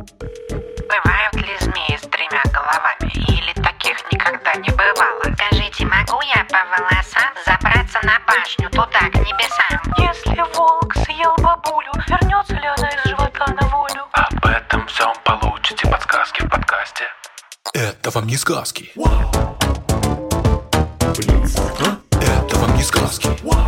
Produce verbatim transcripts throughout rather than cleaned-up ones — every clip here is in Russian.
Бывают ли змеи с тремя головами? Или таких никогда не бывало? Скажите, могу я по волосам забраться на башню, туда, к небесам? Если волк съел бабулю, вернется ли она из живота на волю? Об этом всем получите подсказки в подкасте. Это вам не сказки. Это вам не сказки.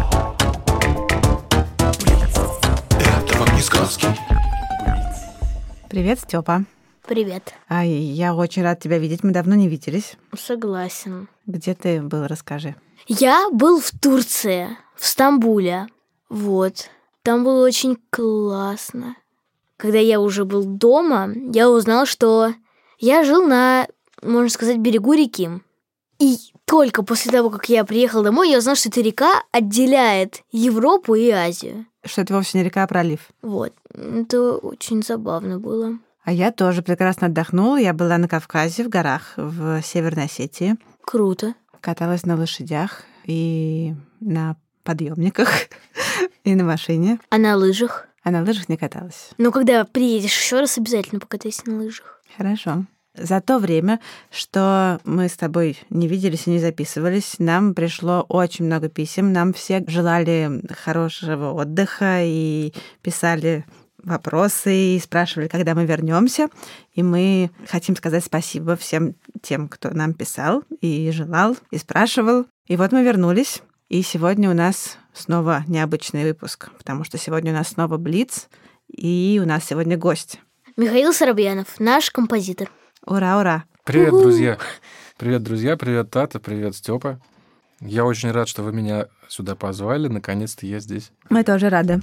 Это вам не сказки. Привет, Степа. Привет. А, я очень рад тебя видеть. Мы давно не виделись. Согласен. Где ты был, расскажи. Я был в Турции, в Стамбуле. Вот. Там было очень классно. Когда я уже был дома, я узнал, что я жил на, можно сказать, берегу реки. И только после того, как я приехал домой, я узнал, что эта река отделяет Европу и Азию. Что это вовсе не река, а пролив. Вот. Это очень забавно было. А я тоже прекрасно отдохнула. Я была на Кавказе, в горах, в Северной Осетии. Круто. Каталась на лошадях и на подъемниках, и на машине. А на лыжах? А на лыжах не каталась. Ну, когда приедешь еще раз, обязательно покатайся на лыжах. Хорошо. За то время, что мы с тобой не виделись и не записывались, нам пришло очень много писем. Нам все желали хорошего отдыха и писали вопросы и спрашивали, когда мы вернемся. И мы хотим сказать спасибо всем тем, кто нам писал и желал, и спрашивал. И вот мы вернулись. И сегодня у нас снова необычный выпуск, потому что сегодня у нас снова Блиц, и у нас сегодня гость. Михаил Соробьянов, наш композитор. Ура, ура! Привет, У-ху. друзья! Привет, друзья! Привет, Тата! Привет, Степа! Я очень рад, что вы меня сюда позвали. Наконец-то я здесь. Мы тоже рады.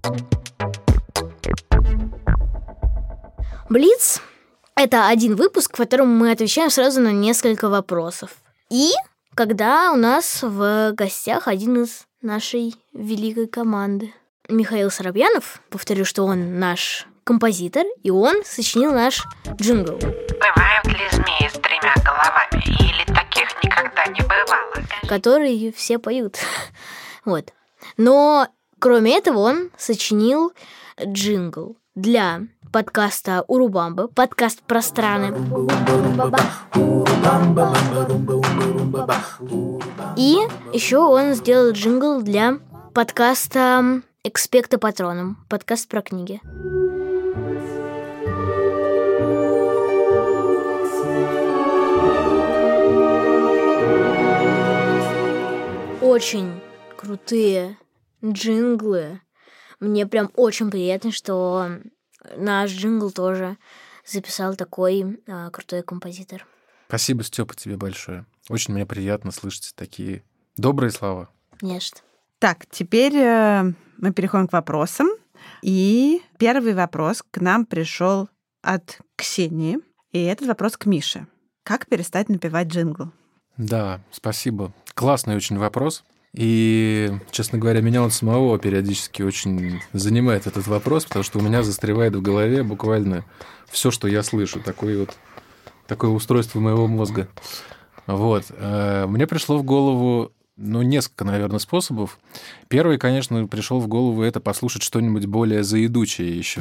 Блиц — это один выпуск, в котором мы отвечаем сразу на несколько вопросов. И когда у нас в гостях один из нашей великой команды. Михаил Соробьянов, повторю, что он наш композитор, и он сочинил наш джингл. Бывают ли змеи с тремя головами? Или таких никогда не бывало? Который все поют. Вот. Но кроме этого он сочинил джингл для подкаста Урубамба, подкаст про страны. И еще он сделал джингл для подкаста Экспекто Патроном, подкаст про книги. Очень крутые джинглы. Мне прям очень приятно, что наш джингл тоже записал такой а, крутой композитор. Спасибо, Степа, тебе большое. Очень мне приятно слышать такие добрые слова. Не что. Так, теперь э, мы переходим к вопросам. И первый вопрос к нам пришел от Ксении. И этот вопрос к Мише. Как перестать напевать джингл? Да, спасибо. Классный очень вопрос. И, честно говоря, меня он самого периодически очень занимает этот вопрос, потому что у меня застревает в голове буквально все, что я слышу. Такое вот такое устройство моего мозга. Вот. Мне пришло в голову, ну, несколько, наверное, способов. Первый, конечно, пришел в голову, это послушать что-нибудь более заедучее еще.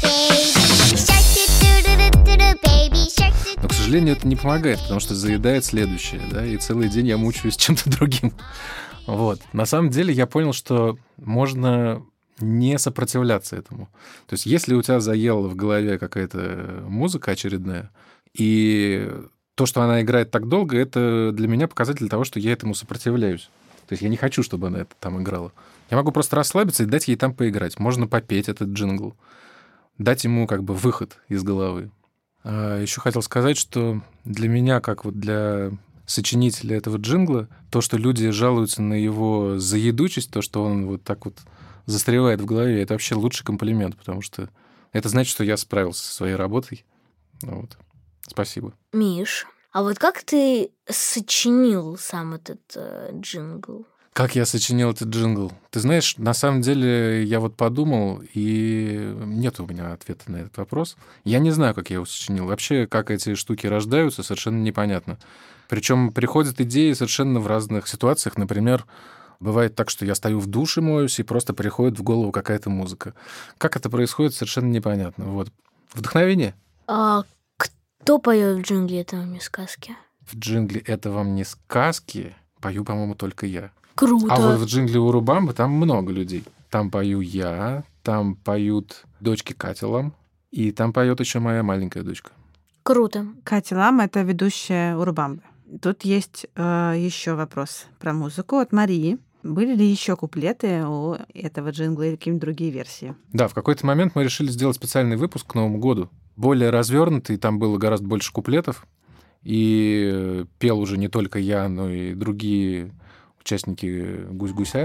Но, к сожалению, это не помогает, потому что заедает следующее, да, и целый день я мучаюсь чем-то другим. Вот. На самом деле я понял, что можно не сопротивляться этому. То есть если у тебя заела в голове какая-то музыка очередная, и то, что она играет так долго, это для меня показатель того, что я этому сопротивляюсь. То есть я не хочу, чтобы она это там играла. Я могу просто расслабиться и дать ей там поиграть. Можно попеть этот джингл, дать ему как бы выход из головы. А еще хотел сказать, что для меня, как вот для сочинителя этого джингла, то, что люди жалуются на его заедучесть, то, что он вот так вот застревает в голове, это вообще лучший комплимент, потому что это значит, что я справился со своей работой. Вот. Спасибо. Миш, а вот как ты сочинил сам этот э, джингл? Как я сочинил этот джингл? Ты знаешь, на самом деле я вот подумал, и нет у меня ответа на этот вопрос. Я не знаю, как я его сочинил. Вообще, как эти штуки рождаются, совершенно непонятно. Причем приходят идеи совершенно в разных ситуациях. Например, бывает так, что я стою в душе, моюсь, и просто приходит в голову какая-то музыка. Как это происходит, совершенно непонятно. Вот. Вдохновение. А кто поет в джунгле «Это вам не сказки»? В джингле «Это вам не сказки» пою, по-моему, только я. Круто. А вот в джингле Урубамбы там много людей. Там пою я, там поют дочки Кати Лам, и там поет еще моя маленькая дочка. Круто. Катя Лам — это ведущая Урубамбы. Тут есть э, еще вопрос про музыку от Марии. Были ли еще куплеты у этого джингла или какие-нибудь другие версии? Да, в какой-то момент мы решили сделать специальный выпуск к Новому году. Более развернутый, там было гораздо больше куплетов. И пел уже не только я, но и другие участники «Гусь-гуся».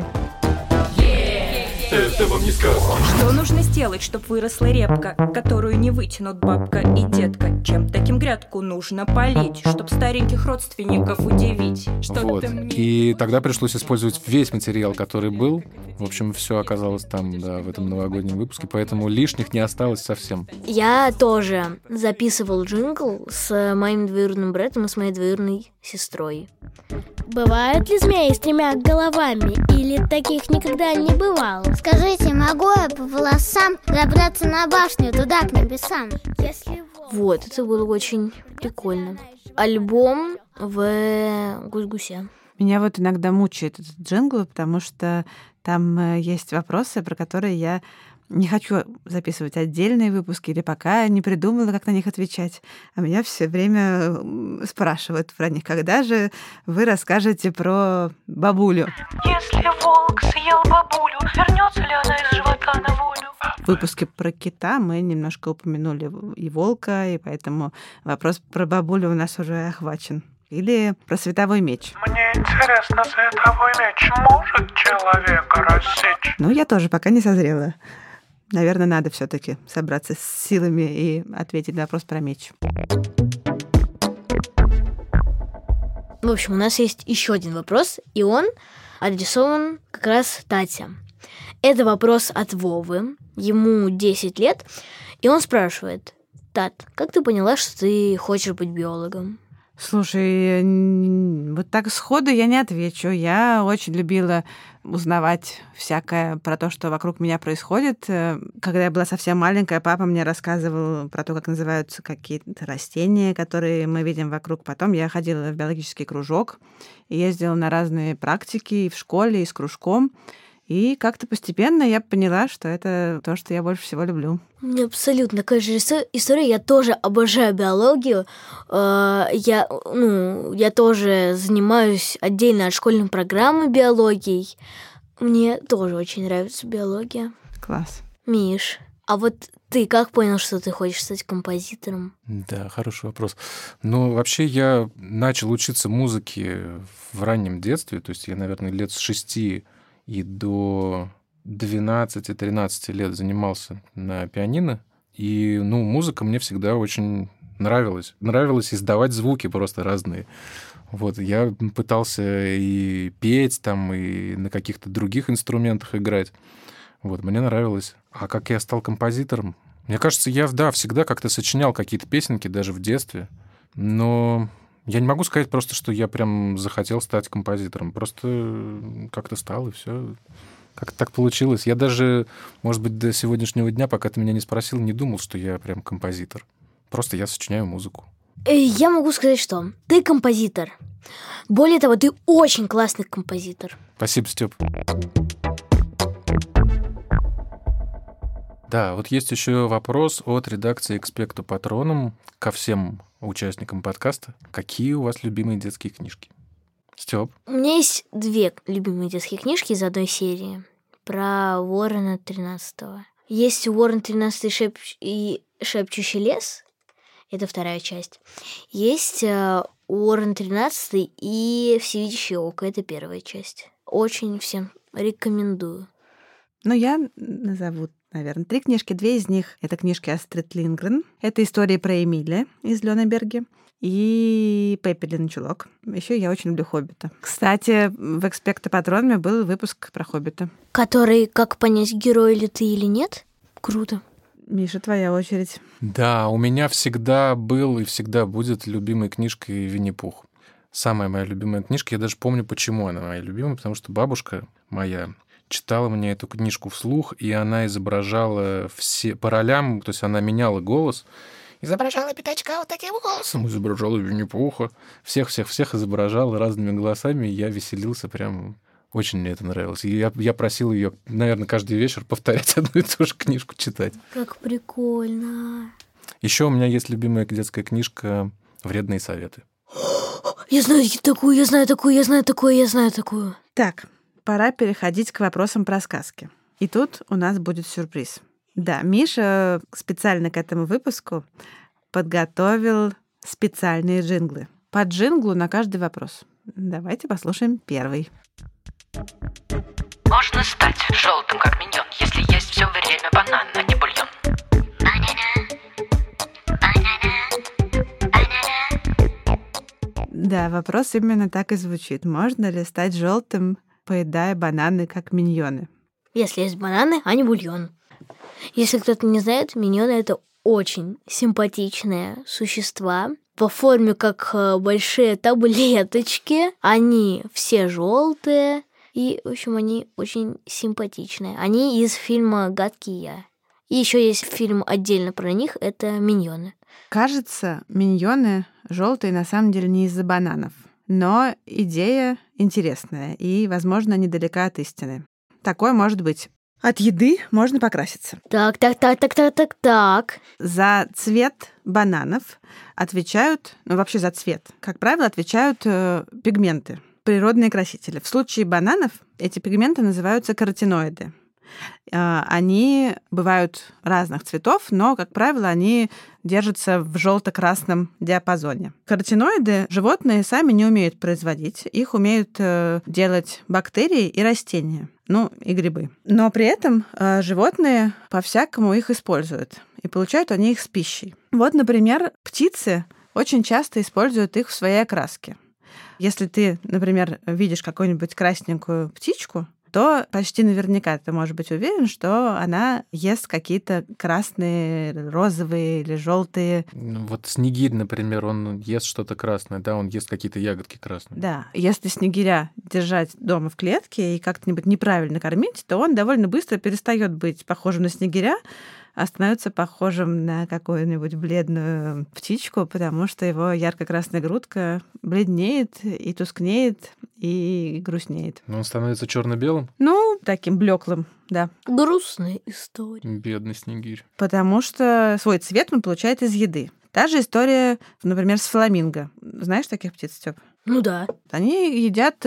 Это вам не сказки. Что нужно сделать, чтобы выросла репка, которую не вытянут бабка и детка? Чем таким грядку нужно полить, чтоб стареньких родственников удивить? Что Вот. ты мне... И тогда пришлось использовать весь материал, который был. В общем, все оказалось там, да, в этом новогоднем выпуске, поэтому лишних не осталось совсем. Я тоже записывал джингл с моим двоюродным братом и с моей двоюродной сестрой. Бывают ли змеи с тремя головами? Или таких никогда не бывало? Скажите, могу я по волосам забраться на башню туда, к небесам? Если Вот, это было очень прикольно. Альбом в «Гусь-гуся». Меня вот иногда мучает этот джингл, потому что там э, есть вопросы, про которые я не хочу записывать отдельные выпуски или пока не придумала, как на них отвечать. А меня все время спрашивают про них. Когда же вы расскажете про бабулю? Если волк съел бабулю, вернется ли она из живота на волю? В выпуске про кита мы немножко упомянули и волка, и поэтому вопрос про бабулю у нас уже охвачен. Или про световой меч. Мне интересно, световой меч может человека рассечь? Ну, я тоже пока не созрела. Наверное, надо все-таки собраться с силами и ответить на вопрос про меч. В общем, у нас есть еще один вопрос, и он адресован как раз Тате. Это вопрос от Вовы, ему десять лет, и он спрашивает: Тат, как ты поняла, что ты хочешь быть биологом? Слушай, вот так сходу я не отвечу. Я очень любила узнавать всякое про то, что вокруг меня происходит. Когда я была совсем маленькая, папа мне рассказывал про то, как называются какие-то растения, которые мы видим вокруг. Потом я ходила в биологический кружок и ездила на разные практики и в школе, и с кружком. И как-то постепенно я поняла, что это то, что я больше всего люблю. У меня абсолютно такая же история. Я тоже обожаю биологию. Я, ну, я тоже занимаюсь отдельно от школьной программы биологией. Мне тоже очень нравится биология. Класс. Миш, а вот ты как понял, что ты хочешь стать композитором? Да, хороший вопрос. Ну, вообще я начал учиться музыке в раннем детстве. То есть я, наверное, лет с шести и до двенадцати-тринадцати лет занимался на пианино. И, ну, музыка мне всегда очень нравилась. Нравилось издавать звуки просто разные. Вот, я пытался и петь там, и на каких-то других инструментах играть. Вот, мне нравилось. А как я стал композитором? Мне кажется, я, да, всегда как-то сочинял какие-то песенки, даже в детстве. Но я не могу сказать просто, что я прям захотел стать композитором. Просто как-то стал, и все. Как-то так получилось. Я даже, может быть, до сегодняшнего дня, пока ты меня не спросил, не думал, что я прям композитор. Просто я сочиняю музыку. Я могу сказать, что ты композитор. Более того, ты очень классный композитор. Спасибо, Стёп. Да, вот есть еще вопрос от редакции «Экспекто Патроном» ко всем участникам подкаста. Какие у вас любимые детские книжки? Стёп? У меня есть две любимые детские книжки из одной серии про Ворона тринадцатого. Есть Ворон тринадцатый шепч... и Шепчущий лес. Это вторая часть. Есть uh, Ворон тринадцатый и Всевидящее око. Это первая часть. Очень всем рекомендую. Ну, я назову, наверное, три книжки. Две из них — это книжки Астрид Линдгрен. Это истории про Эмиля из Лёнеберге и Пеппелин чулок. Еще я очень люблю «Хоббита». Кстати, в «Экспекто Патроне» был выпуск про «Хоббита». Который «Как понять, герой ли ты или нет?» Круто. Миша, твоя очередь. Да, у меня всегда был и всегда будет любимой книжкой «Винни-Пух». Самая моя любимая книжка. Я даже помню, почему она моя любимая, потому что бабушка моя читала мне эту книжку вслух, и она изображала все по ролям, то есть она меняла голос, изображала пятачка вот таким голосом, изображала Винни-Пуха. Всех-всех-всех изображал разными голосами, и я веселился прям... Очень мне это нравилось. И я, я просил ее, наверное, каждый вечер повторять одну и ту же книжку читать. Как прикольно. Еще у меня есть любимая детская книжка «Вредные советы». Я знаю такую, я знаю такую, я знаю такую, я знаю такую. Так, пора переходить к вопросам про сказки. И тут у нас будет сюрприз. Да, Миша специально к этому выпуску подготовил специальные джинглы. По джинглу на каждый вопрос. Давайте послушаем первый. Можно стать желтым, как миньон, если есть все время банан, а не бульон. Да, вопрос именно так и звучит. Можно ли стать желтым, поедая бананы, как миньоны? Если есть бананы, а не бульон. Если кто-то не знает, миньоны — это очень симпатичные существа. По форме как большие таблеточки. Они все желтые. И, в общем, они очень симпатичные. Они из фильма «Гадкий я». И еще есть фильм отдельно про них, это «Миньоны». Кажется, миньоны желтые на самом деле не из-за бананов. Но идея интересная и, возможно, недалека от истины. Такое может быть. От еды можно покраситься. Так, так, так, так, так, так, так. За цвет бананов отвечают, ну вообще за цвет, как правило, отвечают э, пигменты, природные красители. В случае бананов эти пигменты называются каротиноиды. Э, они бывают разных цветов, но, как правило, они держатся в желто-красном диапазоне. Каротиноиды животные сами не умеют производить, их умеют э, делать бактерии и растения. Ну, и грибы. Но при этом э, животные по-всякому их используют. И получают они их с пищей. Вот, например, птицы очень часто используют их в своей окраске. Если ты, например, видишь какую-нибудь красненькую птичку, то почти наверняка ты можешь быть уверен, что она ест какие-то красные, розовые или желтые. Вот снегирь, например, он ест что-то красное, да, он ест какие-то ягодки красные. Да, если снегиря держать дома в клетке и как-нибудь неправильно кормить, то он довольно быстро перестает быть похожим на снегиря, а становится похожим на какую-нибудь бледную птичку, потому что его ярко-красная грудка бледнеет и тускнеет и грустнеет. Но он становится черно-белым? Ну, таким блеклым, да. Грустная история. Бедный снегирь. Потому что свой цвет он получает из еды. Та же история, например, с фламинго. Знаешь таких птиц, Стёп? Ну да. Они едят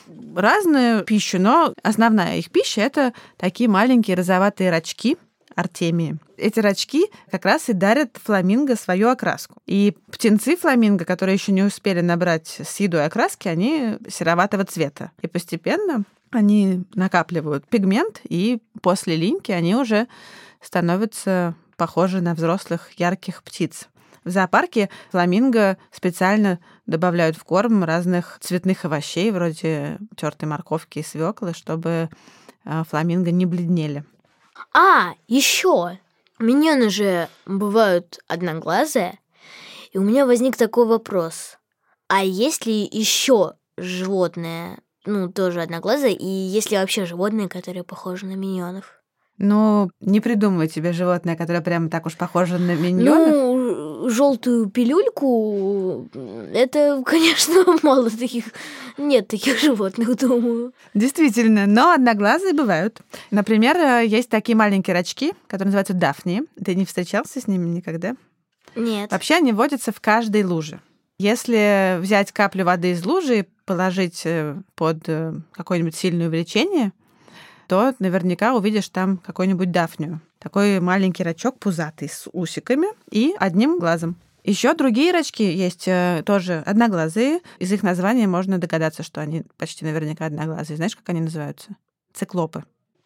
разную пищу, но основная их пища — это такие маленькие розоватые рачки, артемии. Эти рачки как раз и дарят фламинго свою окраску. И птенцы фламинго, которые еще не успели набрать с едой окраски, они сероватого цвета. И постепенно они накапливают пигмент, и после линьки они уже становятся похожи на взрослых ярких птиц. В зоопарке фламинго специально добавляют в корм разных цветных овощей, вроде тертой морковки и свеклы, чтобы фламинго не бледнели. А, еще миньоны же бывают одноглазые, и у меня возник такой вопрос. А есть ли еще животные, ну, тоже одноглазые, и есть ли вообще животные, которые похожи на миньонов? Ну, не придумывай тебе животное, которое прямо так уж похоже на миньонов. Ну, желтую пилюльку, это, конечно, мало таких, нет таких животных, думаю. Действительно, но одноглазые бывают. Например, есть такие маленькие рачки, которые называются дафнии. Ты не встречался с ними никогда? Нет. Вообще они водятся в каждой луже. Если взять каплю воды из лужи и положить под какое-нибудь сильное увлечение, то наверняка увидишь там какую-нибудь дафнию. Такой маленький рачок пузатый с усиками и одним глазом. Еще другие рачки есть тоже одноглазые. Из их названия можно догадаться, что они почти наверняка одноглазые. Знаешь, как они называются? Циклопы.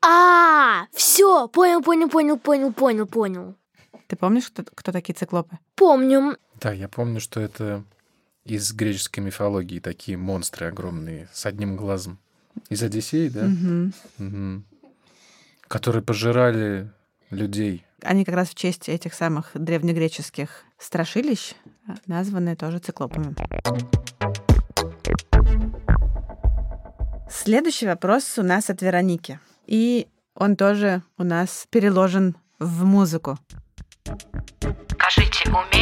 А, все, понял, понял, понял, понял, понял, понял. Ты помнишь, кто, кто такие циклопы? Помню. Да, я помню, что это из греческой мифологии такие монстры огромные с одним глазом. Из Одиссеи, да? Угу. Угу. Которые пожирали людей. Они как раз в честь этих самых древнегреческих страшилищ названы тоже циклопами. Следующий вопрос у нас от Вероники. И он тоже у нас переложен в музыку. Скажите, умеете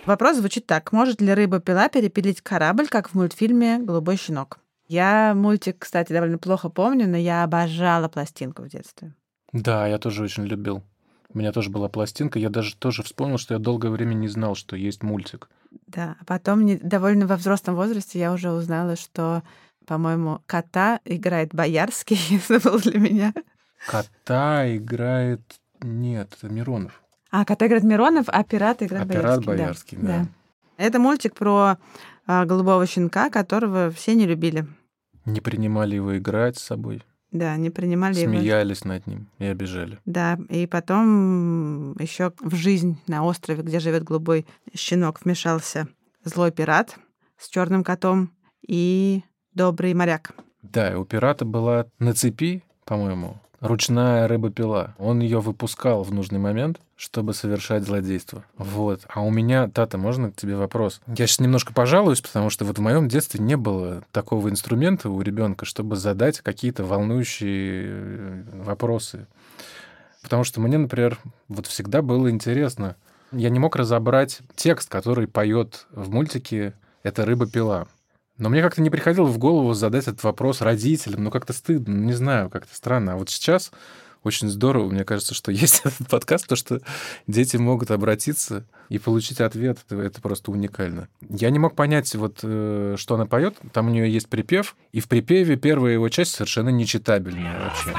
Вопрос звучит так. Может ли рыба-пила перепилить корабль, как в мультфильме «Голубой щенок»? Я мультик, кстати, довольно плохо помню, но я обожала пластинку в детстве. Да, я тоже очень любил. У меня тоже была пластинка. Я даже тоже вспомнил, что я долгое время не знал, что есть мультик. Да, а потом не- довольно во взрослом возрасте я уже узнала, что, по-моему, кота играет Боярский. Это было для меня. Кота играет... Нет, это Миронов. А, кота играет Миронов, а пират играет А пират Боярский. Боярский, да. Это мультик про а, голубого щенка, которого все не любили. Не принимали его играть с собой. Да, не принимали его. Смеялись над ним и обижали. Да, и потом еще в жизнь на острове, где живет голубой щенок, вмешался злой пират с черным котом и добрый моряк. Да, и у пирата была на цепи, по-моему, ручная рыба-пила. Он ее выпускал в нужный момент, чтобы совершать злодейство. Вот. А у меня, Тата, можно к тебе вопрос? Я сейчас немножко пожалуюсь, потому что вот в моем детстве не было такого инструмента у ребенка, чтобы задать какие-то волнующие вопросы. Потому что мне, например, вот всегда было интересно. Я не мог разобрать текст, который поет в мультике «Это рыба-пила». Но мне как-то не приходило в голову задать этот вопрос родителям. Ну, как-то стыдно, ну, не знаю, как-то странно. А вот сейчас очень здорово, мне кажется, что есть этот подкаст, то, что дети могут обратиться и получить ответ. Это, это просто уникально. Я не мог понять, вот, э, что она поет. Там у нее есть припев, и в припеве первая его часть совершенно нечитабельная вообще.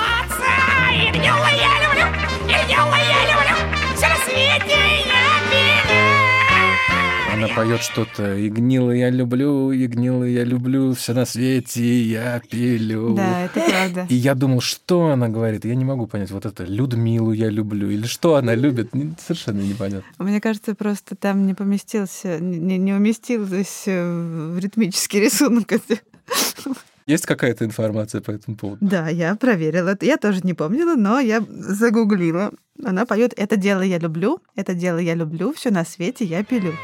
Она поет что-то «И гнило я люблю, и гнило я люблю, все на свете я пилю». Да, это правда. И я думал, что она говорит. Я не могу понять, вот это «Людмилу я люблю» или что она любит. Не- Совершенно непонятно. Мне кажется, просто там не поместился, не, не уместилось э, в ритмический рисунок. Есть какая-то информация по этому поводу? Да, я проверила. Это я тоже не помнила, но я загуглила. Она поет «Это дело я люблю, это дело я люблю, все на свете я пилю».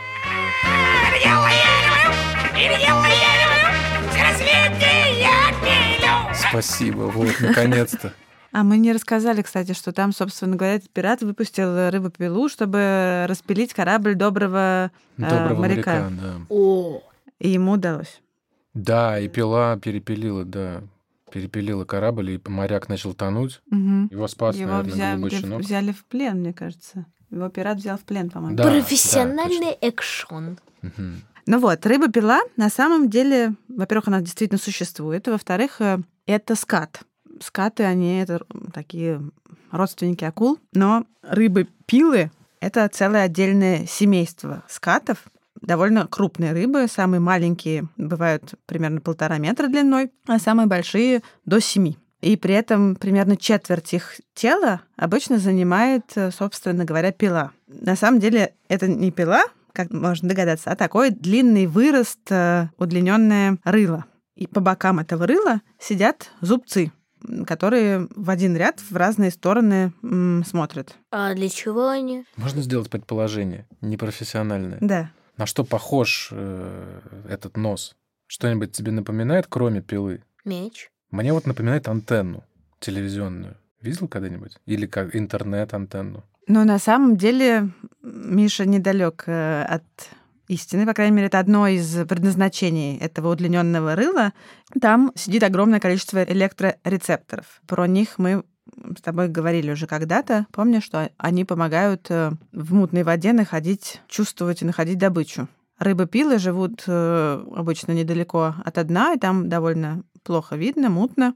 Спасибо, вот, наконец-то. А мы не рассказали, кстати, что там, собственно говоря, этот пират выпустил рыбу-пилу, чтобы распилить корабль доброго, э, Доброго моряка. моряка, да. О, И ему удалось. Да, и пила перепилила, да. Перепилила корабль, и моряк начал тонуть. Мгм. Его спас, Его наверное, взяли, голубой щенок. взяли в плен, мне кажется. Его пират взял в плен, по-моему. Да, профессиональный экшон. Мгм. Ну вот, рыба-пила на самом деле, во-первых, она действительно существует, а во-вторых, э, это скат. Скаты, они это такие родственники акул, но рыбы-пилы — это целое отдельное семейство скатов, довольно крупные рыбы, самые маленькие бывают примерно полтора метра длиной, а самые большие — до семи. И при этом примерно четверть их тела обычно занимает, э, собственно говоря, пила. На самом деле это не пила, как можно догадаться, а такой длинный вырост, э, удлиненное рыло. И по бокам этого рыла сидят зубцы, м, которые в один ряд в разные стороны м, смотрят. А для чего они? Можно сделать предположение непрофессиональное? Да. На что похож э, этот нос? Что-нибудь тебе напоминает, кроме пилы? Меч. Мне вот напоминает антенну телевизионную. Видел когда-нибудь? Или как интернет-антенну? Но на самом деле Миша недалек э, от истины. По крайней мере, это одно из предназначений этого удлиненного рыла. Там сидит огромное количество электрорецепторов. Про них мы с тобой говорили уже когда-то. Помнишь, что они помогают э, в мутной воде находить, чувствовать и находить добычу. Рыбы-пилы живут э, обычно недалеко от дна, и там довольно плохо видно, мутно,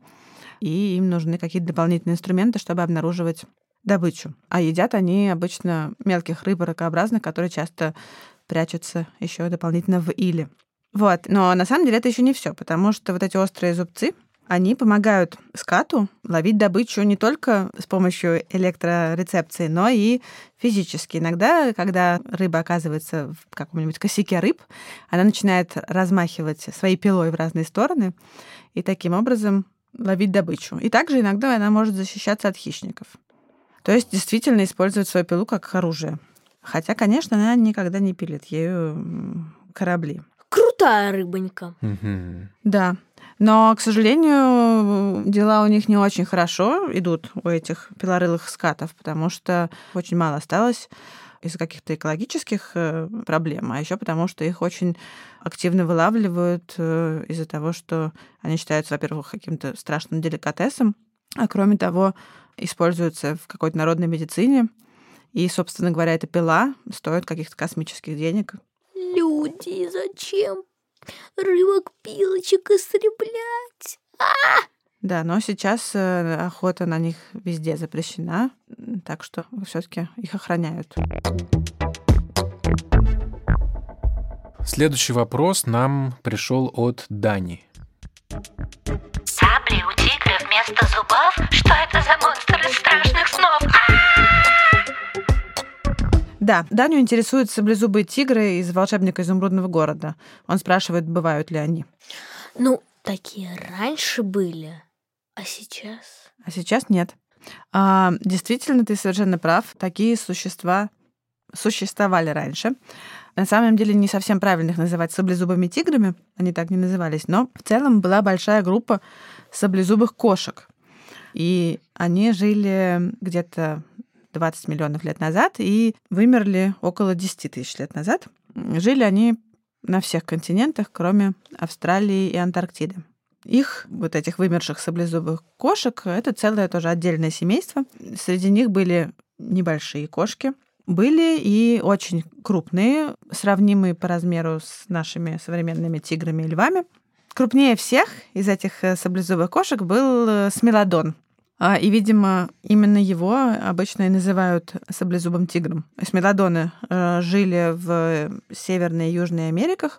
и им нужны какие-то дополнительные инструменты, чтобы обнаруживать добычу. А едят они обычно мелких рыб ракообразных, которые часто прячутся еще дополнительно в иле. Вот. Но на самом деле это еще не все, потому что вот эти острые зубцы, они помогают скату ловить добычу не только с помощью электрорецепции, но и физически. Иногда, когда рыба оказывается в каком-нибудь косяке рыб, она начинает размахивать своей пилой в разные стороны и таким образом ловить добычу. И также иногда она может защищаться от хищников. То есть действительно использовать свою пилу как оружие. Хотя, конечно, она никогда не пилит ею корабли. Крутая рыбонька. Мгм. Да. Но, к сожалению, дела у них не очень хорошо идут, у этих пилорылых скатов, потому что очень мало осталось. из-за каких-то экологических э, проблем, а еще потому, что их очень активно вылавливают э, из-за того, что они считаются, во-первых, каким-то страшным деликатесом, а кроме того, используются в какой-то народной медицине. И, собственно говоря, эта пила стоит каких-то космических денег. Люди, зачем рыбок-пилочек истреблять? А! Да, но сейчас э, охота на них везде запрещена, так что все-таки их охраняют. Следующий вопрос нам пришел от Дани. Сабли у тигра вместо зубов? Что это за монстр из страшных снов? Да, Даню интересуют саблезубые тигры из «Волшебника изумрудного города». Он спрашивает, бывают ли они. Ну, такие раньше были, а сейчас? А сейчас нет. А, действительно, ты совершенно прав. Такие существа существовали раньше. На самом деле не совсем правильно их называть саблезубыми тиграми, они так не назывались, но в целом была большая группа саблезубых кошек. И они жили где-то двадцать миллионов лет назад и вымерли около десять тысяч лет назад. Жили они на всех континентах, кроме Австралии и Антарктиды. Их, вот этих вымерших саблезубых кошек, это целое тоже отдельное семейство. Среди них были небольшие кошки, были и очень крупные, сравнимые по размеру с нашими современными тиграми и львами. Крупнее всех из этих саблезубых кошек был смелодон. И, видимо, именно его обычно и называют саблезубым тигром. Смелодоны жили в Северной и Южной Америках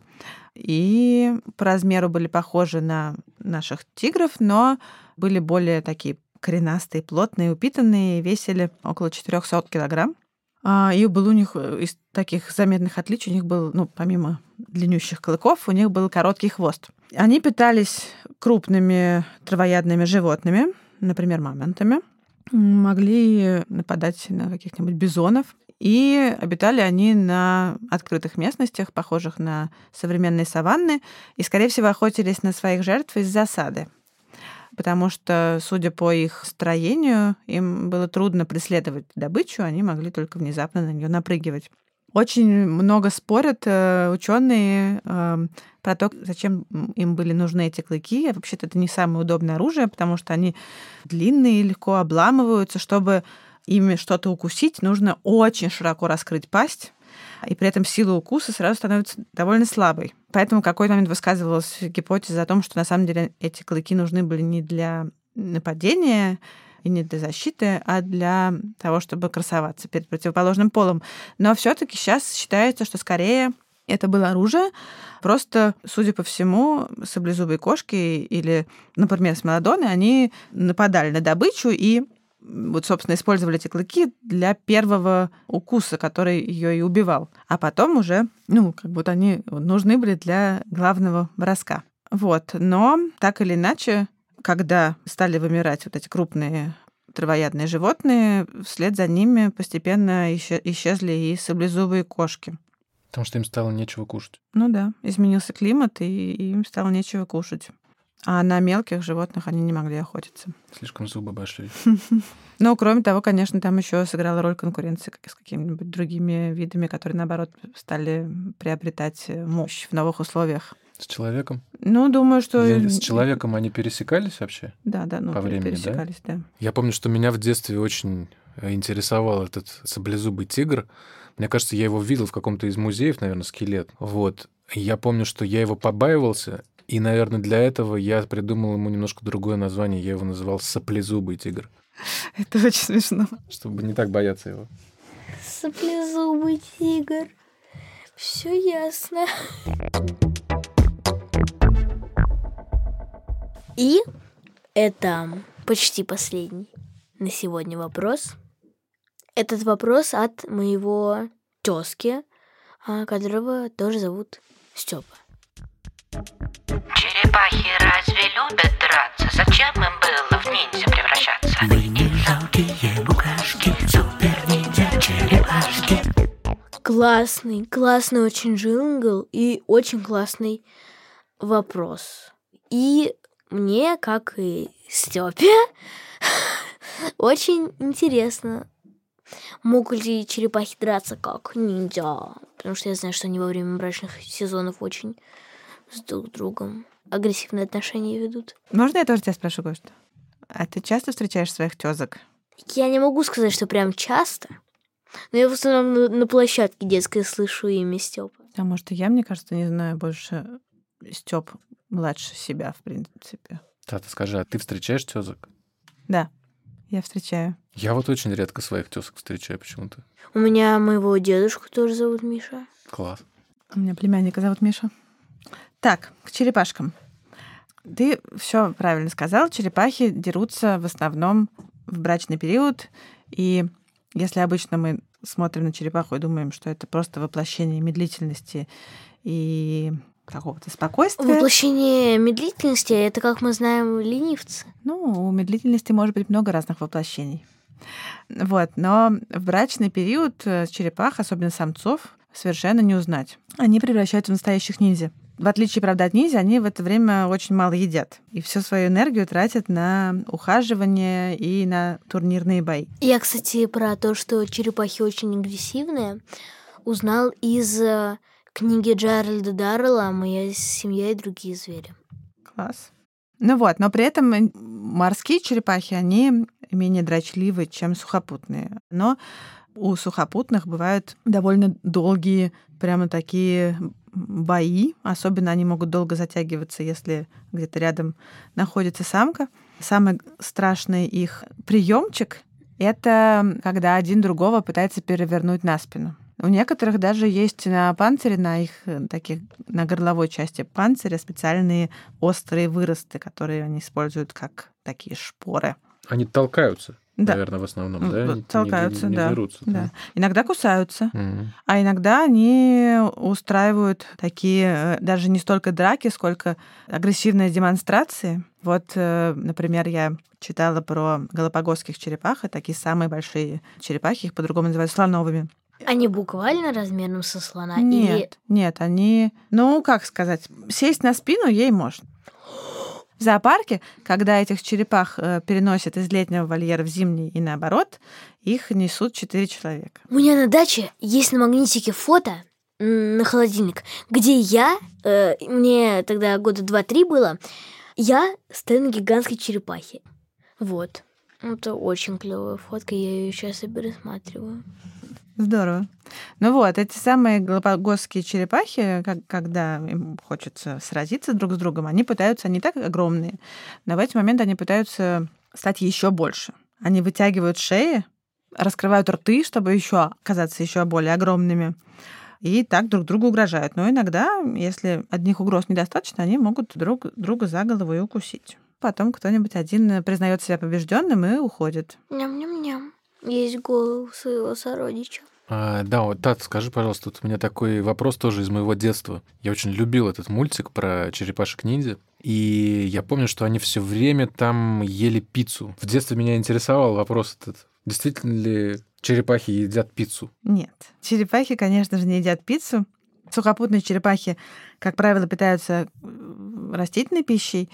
и по размеру были похожи на наших тигров, но были более такие коренастые, плотные, упитанные, весили около четыреста килограмм. И был у них из таких заметных отличий, у них был, ну, помимо длиннющих клыков, у них был короткий хвост. Они питались крупными травоядными животными, например, мамонтами, могли нападать на каких-нибудь бизонов. И обитали они на открытых местностях, похожих на современные саванны, и, скорее всего, охотились на своих жертв из засады. Потому что, судя по их строению, им было трудно преследовать добычу, они могли только внезапно на нее напрыгивать. Очень много спорят ученые про то, зачем им были нужны эти клыки. Вообще-то это не самое удобное оружие, потому что они длинные, легко обламываются. Чтобы ими что-то укусить, нужно очень широко раскрыть пасть, и при этом сила укуса сразу становится довольно слабой. Поэтому в какой-то момент высказывалась гипотеза о том, что на самом деле эти клыки нужны были не для нападения и не для защиты, а для того, чтобы красоваться перед противоположным полом. Но все-таки сейчас считается, что скорее это было оружие. Просто, судя по всему, саблезубые кошки или, например, смелодоны, они нападали на добычу и вот, собственно, использовали эти клыки для первого укуса, который ее и убивал. А потом уже, ну, как будто они нужны были для главного броска. Вот. Но так или иначе, когда стали вымирать вот эти крупные травоядные животные, вслед за ними постепенно исчезли и саблезубые кошки. Потому что им стало нечего кушать. Ну да, изменился климат, и им стало нечего кушать. А на мелких животных они не могли охотиться. Слишком зубы большие. Но, кроме того, конечно, там еще сыграла роль конкуренции с какими-нибудь другими видами, которые, наоборот, стали приобретать мощь в новых условиях. С человеком? Ну, думаю, что... Для... С человеком они пересекались вообще? Да, да, ну, по времени, пересекались, да? да. Я помню, что меня в детстве очень интересовал этот саблезубый тигр. Мне кажется, я его видел в каком-то из музеев, наверное, скелет. Вот. Я помню, что я его побаивался, и, наверное, для этого я придумал ему немножко другое название. Я его называл саплезубый тигр. Это очень смешно. Чтобы не так бояться его. Саплезубый тигр. Все ясно. И это почти последний на сегодня вопрос. Этот вопрос от моего тёзки, которого тоже зовут Стёпа. Черепахи разве любят драться? Зачем им было в ниндзя превращаться? Вы не жалкие букашки, супер-ниндзя-черепашки. Классный, классный очень джингл и очень классный вопрос. И мне, как и Стёпе, очень интересно Могут ли черепахи драться как ниндзя? Потому что я знаю, что они во время брачных сезонов очень с друг другом агрессивные отношения ведут. Можно я тоже тебя спрошу кое-что? А ты часто встречаешь своих тёзок? Я не могу сказать, что прям часто, но я в основном на, на площадке детской слышу имя Стёпа. А может, и я, мне кажется, не знаю больше Стёп младше себя, в принципе. Тата, скажи, а ты встречаешь тёзок? Да, я встречаю. Я вот очень редко своих тёзок встречаю почему-то. У меня моего дедушку тоже зовут Миша. Класс. У меня племянника зовут Миша. Так, к черепашкам. Ты все правильно сказал. Черепахи дерутся в основном в брачный период. И если обычно мы смотрим на черепаху и думаем, что это просто воплощение медлительности и какого-то спокойствия. Воплощение медлительности — это, как мы знаем, ленивцы. Ну, у медлительности может быть много разных воплощений. Вот, но в брачный период черепах, особенно самцов, совершенно не узнать. Они превращаются в настоящих ниндзя. В отличие, правда, от ниндзя, они в это время очень мало едят. И всю свою энергию тратят на ухаживание и на турнирные бои. Я, кстати, про то, что черепахи очень агрессивные, узнал из книги Джеральда Даррелла «Моя семья и другие звери». Класс. Ну вот, но при этом морские черепахи, они менее дрочливы, чем сухопутные. Но у сухопутных бывают довольно долгие, прямо такие бои. Особенно они могут долго затягиваться, если где-то рядом находится самка. Самый страшный их приемчик — это когда один другого пытается перевернуть на спину. У некоторых даже есть на панцире, на их таких, на горловой части панциря специальные острые выросты, которые они используют как такие шпоры. Они толкаются, да. наверное, в основном, да? Они толкаются, не, не, не да. дерутся, да. да. Иногда кусаются, угу. А иногда они устраивают такие даже не столько драки, сколько агрессивные демонстрации. Вот, например, я читала про галапагосских черепах, и такие самые большие черепахи, их по-другому называют слоновыми. Они буквально размером со слона? Нет, или... нет, они... Ну, как сказать, сесть на спину ей можно. В зоопарке, когда этих черепах переносят из летнего вольера в зимний и наоборот, их несут четыре человека. У меня на даче есть на магнитике фото на холодильник, где я, э, мне тогда года два-три было, я стою на гигантской черепахе. Вот. Это очень клевая фотка, я ее сейчас и пересматриваю. Здорово. Ну вот, эти самые галапагосские черепахи, как, когда им хочется сразиться друг с другом, они пытаются, они так огромные, но в этот момент они пытаются стать еще больше. Они вытягивают шеи, раскрывают рты, чтобы еще казаться еще более огромными, и так друг другу угрожают. Но иногда, если одних угроз недостаточно, они могут друг друга за голову и укусить. Потом кто-нибудь один признает себя побежденным и уходит. Ням-ням-ням. Есть голову своего сородича. А, да, вот, Тат, скажи, пожалуйста, тут у меня такой вопрос тоже из моего детства. Я очень любил этот мультик про черепашек-ниндзя, и я помню, что они все время там ели пиццу. В детстве меня интересовал вопрос этот. Действительно ли черепахи едят пиццу? Нет. Черепахи, конечно же, не едят пиццу. Сухопутные черепахи, как правило, питаются растительной пищей,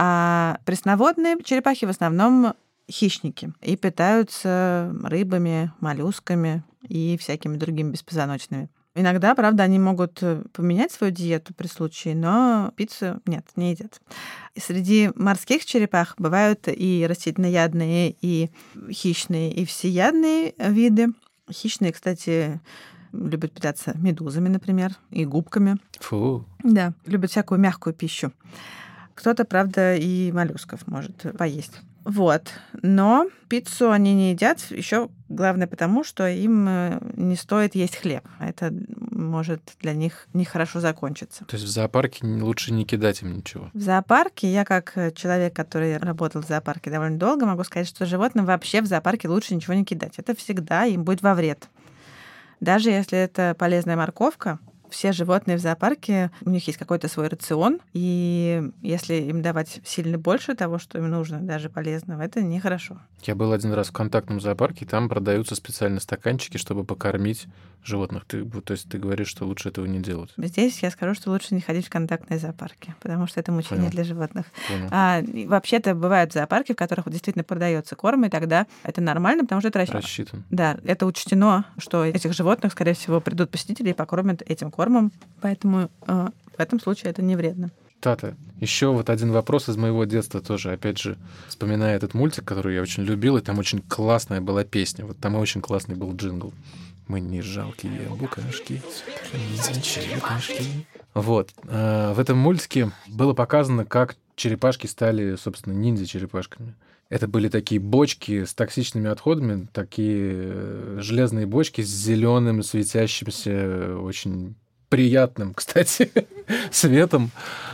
а пресноводные черепахи в основном хищники и питаются рыбами, моллюсками и всякими другими беспозвоночными. Иногда, правда, они могут поменять свою диету при случае, но пиццу нет, не едят. И среди морских черепах бывают и растительноядные, и хищные, и всеядные виды. Хищные, кстати, любят питаться медузами, например, и губками. Фу. Да, любят всякую мягкую пищу. Кто-то, правда, и моллюсков может поесть. Вот. Но пиццу они не едят еще, главное, потому что им не стоит есть хлеб. Это может для них нехорошо закончиться. То есть в зоопарке лучше не кидать им ничего? В зоопарке, я как человек, который работал в зоопарке довольно долго, могу сказать, что животным вообще в зоопарке лучше ничего не кидать. Это всегда им будет во вред. Даже если это полезная морковка, все животные в зоопарке, у них есть какой-то свой рацион, и если им давать сильно больше того, что им нужно, даже полезного, это нехорошо. Я был один раз в контактном зоопарке, и там продаются специальные стаканчики, чтобы покормить животных. Ты, то есть ты говоришь, что лучше этого не делать. Здесь я скажу, что лучше не ходить в контактные зоопарки, потому что это мучение Понял. для животных. Понял. А, вообще-то бывают зоопарки, в которых действительно продается корм, и тогда это нормально, потому что это рассчитано. Рассчитан. Да, это учтено, что этих животных, скорее всего, придут посетители и покормят этим кормом, поэтому э, в этом случае это не вредно. Тата, еще вот один вопрос из моего детства тоже, опять же, вспоминая этот мультик, который я очень любил, и там очень классная была песня, вот там очень классный был джингл. Мы не жалкие букашки, не черепашки. Вот. В этом мультике было показано, как черепашки стали, собственно, ниндзя-черепашками. Это были такие бочки с токсичными отходами, такие железные бочки с зеленым, светящимся, очень приятным, кстати, светом,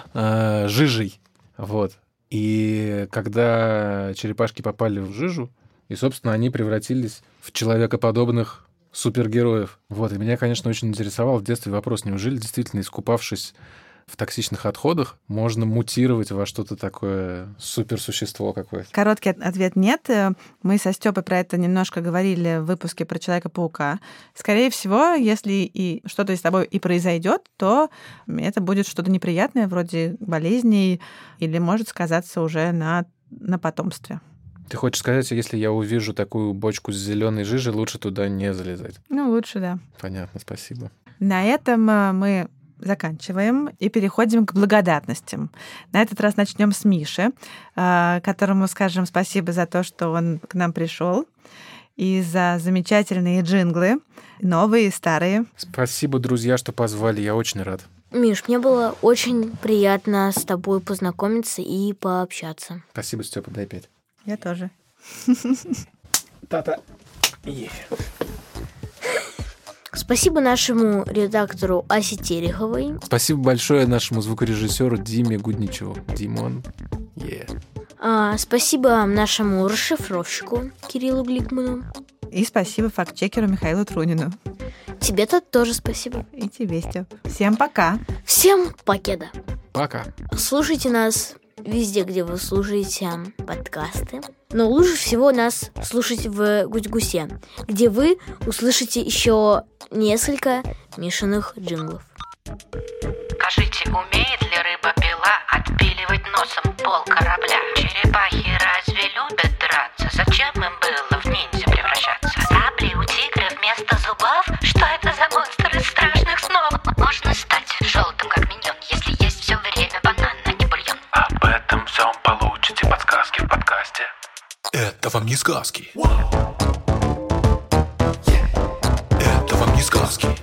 жижей. Вот. И когда черепашки попали в жижу, и, собственно, они превратились в человекоподобных супергероев. Вот. И меня, конечно, очень интересовал в детстве вопрос, неужели действительно, искупавшись в токсичных отходах, можно мутировать во что-то такое суперсущество какое-то? Короткий ответ — нет. Мы со Стёпой про это немножко говорили в выпуске про Человека-паука. Скорее всего, если и что-то с тобой и произойдет, то это будет что-то неприятное, вроде болезней, или может сказаться уже на, на потомстве. Ты хочешь сказать, если я увижу такую бочку с зеленой жижей, лучше туда не залезать? Ну, лучше, да. Понятно, спасибо. На этом мы заканчиваем и переходим к благодарностям. На этот раз начнем с Миши, которому скажем спасибо за то, что он к нам пришел, и за замечательные джинглы, новые и старые. Спасибо, друзья, что позвали, я очень рад. Миш, мне было очень приятно с тобой познакомиться и пообщаться. Спасибо, Степа, дай пять. Я тоже. Тата. Спасибо нашему редактору Асе Тереховой. Спасибо большое нашему звукорежиссеру Диме Гудничеву. Димон. Yeah. А, спасибо нашему расшифровщику Кириллу Гликману. И спасибо фактчекеру Михаилу Трунину. Тебе-то тоже спасибо. И тебе, Степ. Всем пока. Всем покеда. Пока. Слушайте нас везде, где вы слушаете подкасты. Но лучше всего нас слушать в Гусь-Гусе, где вы услышите еще несколько Мишиных джинглов. Скажите, умеет ли рыба-пила отпиливать носом пол корабля? Черепахи разве любят драться? Зачем им было в ниндзя превращаться? Сабли у тигра вместо зубов? Что это за монстр из страшных снов? Можно стать желтым, как миньон, если есть все время банан, а не бульон. Об этом всем получите подсказки в подкасте. Это вам не сказки. Это вам не сказки.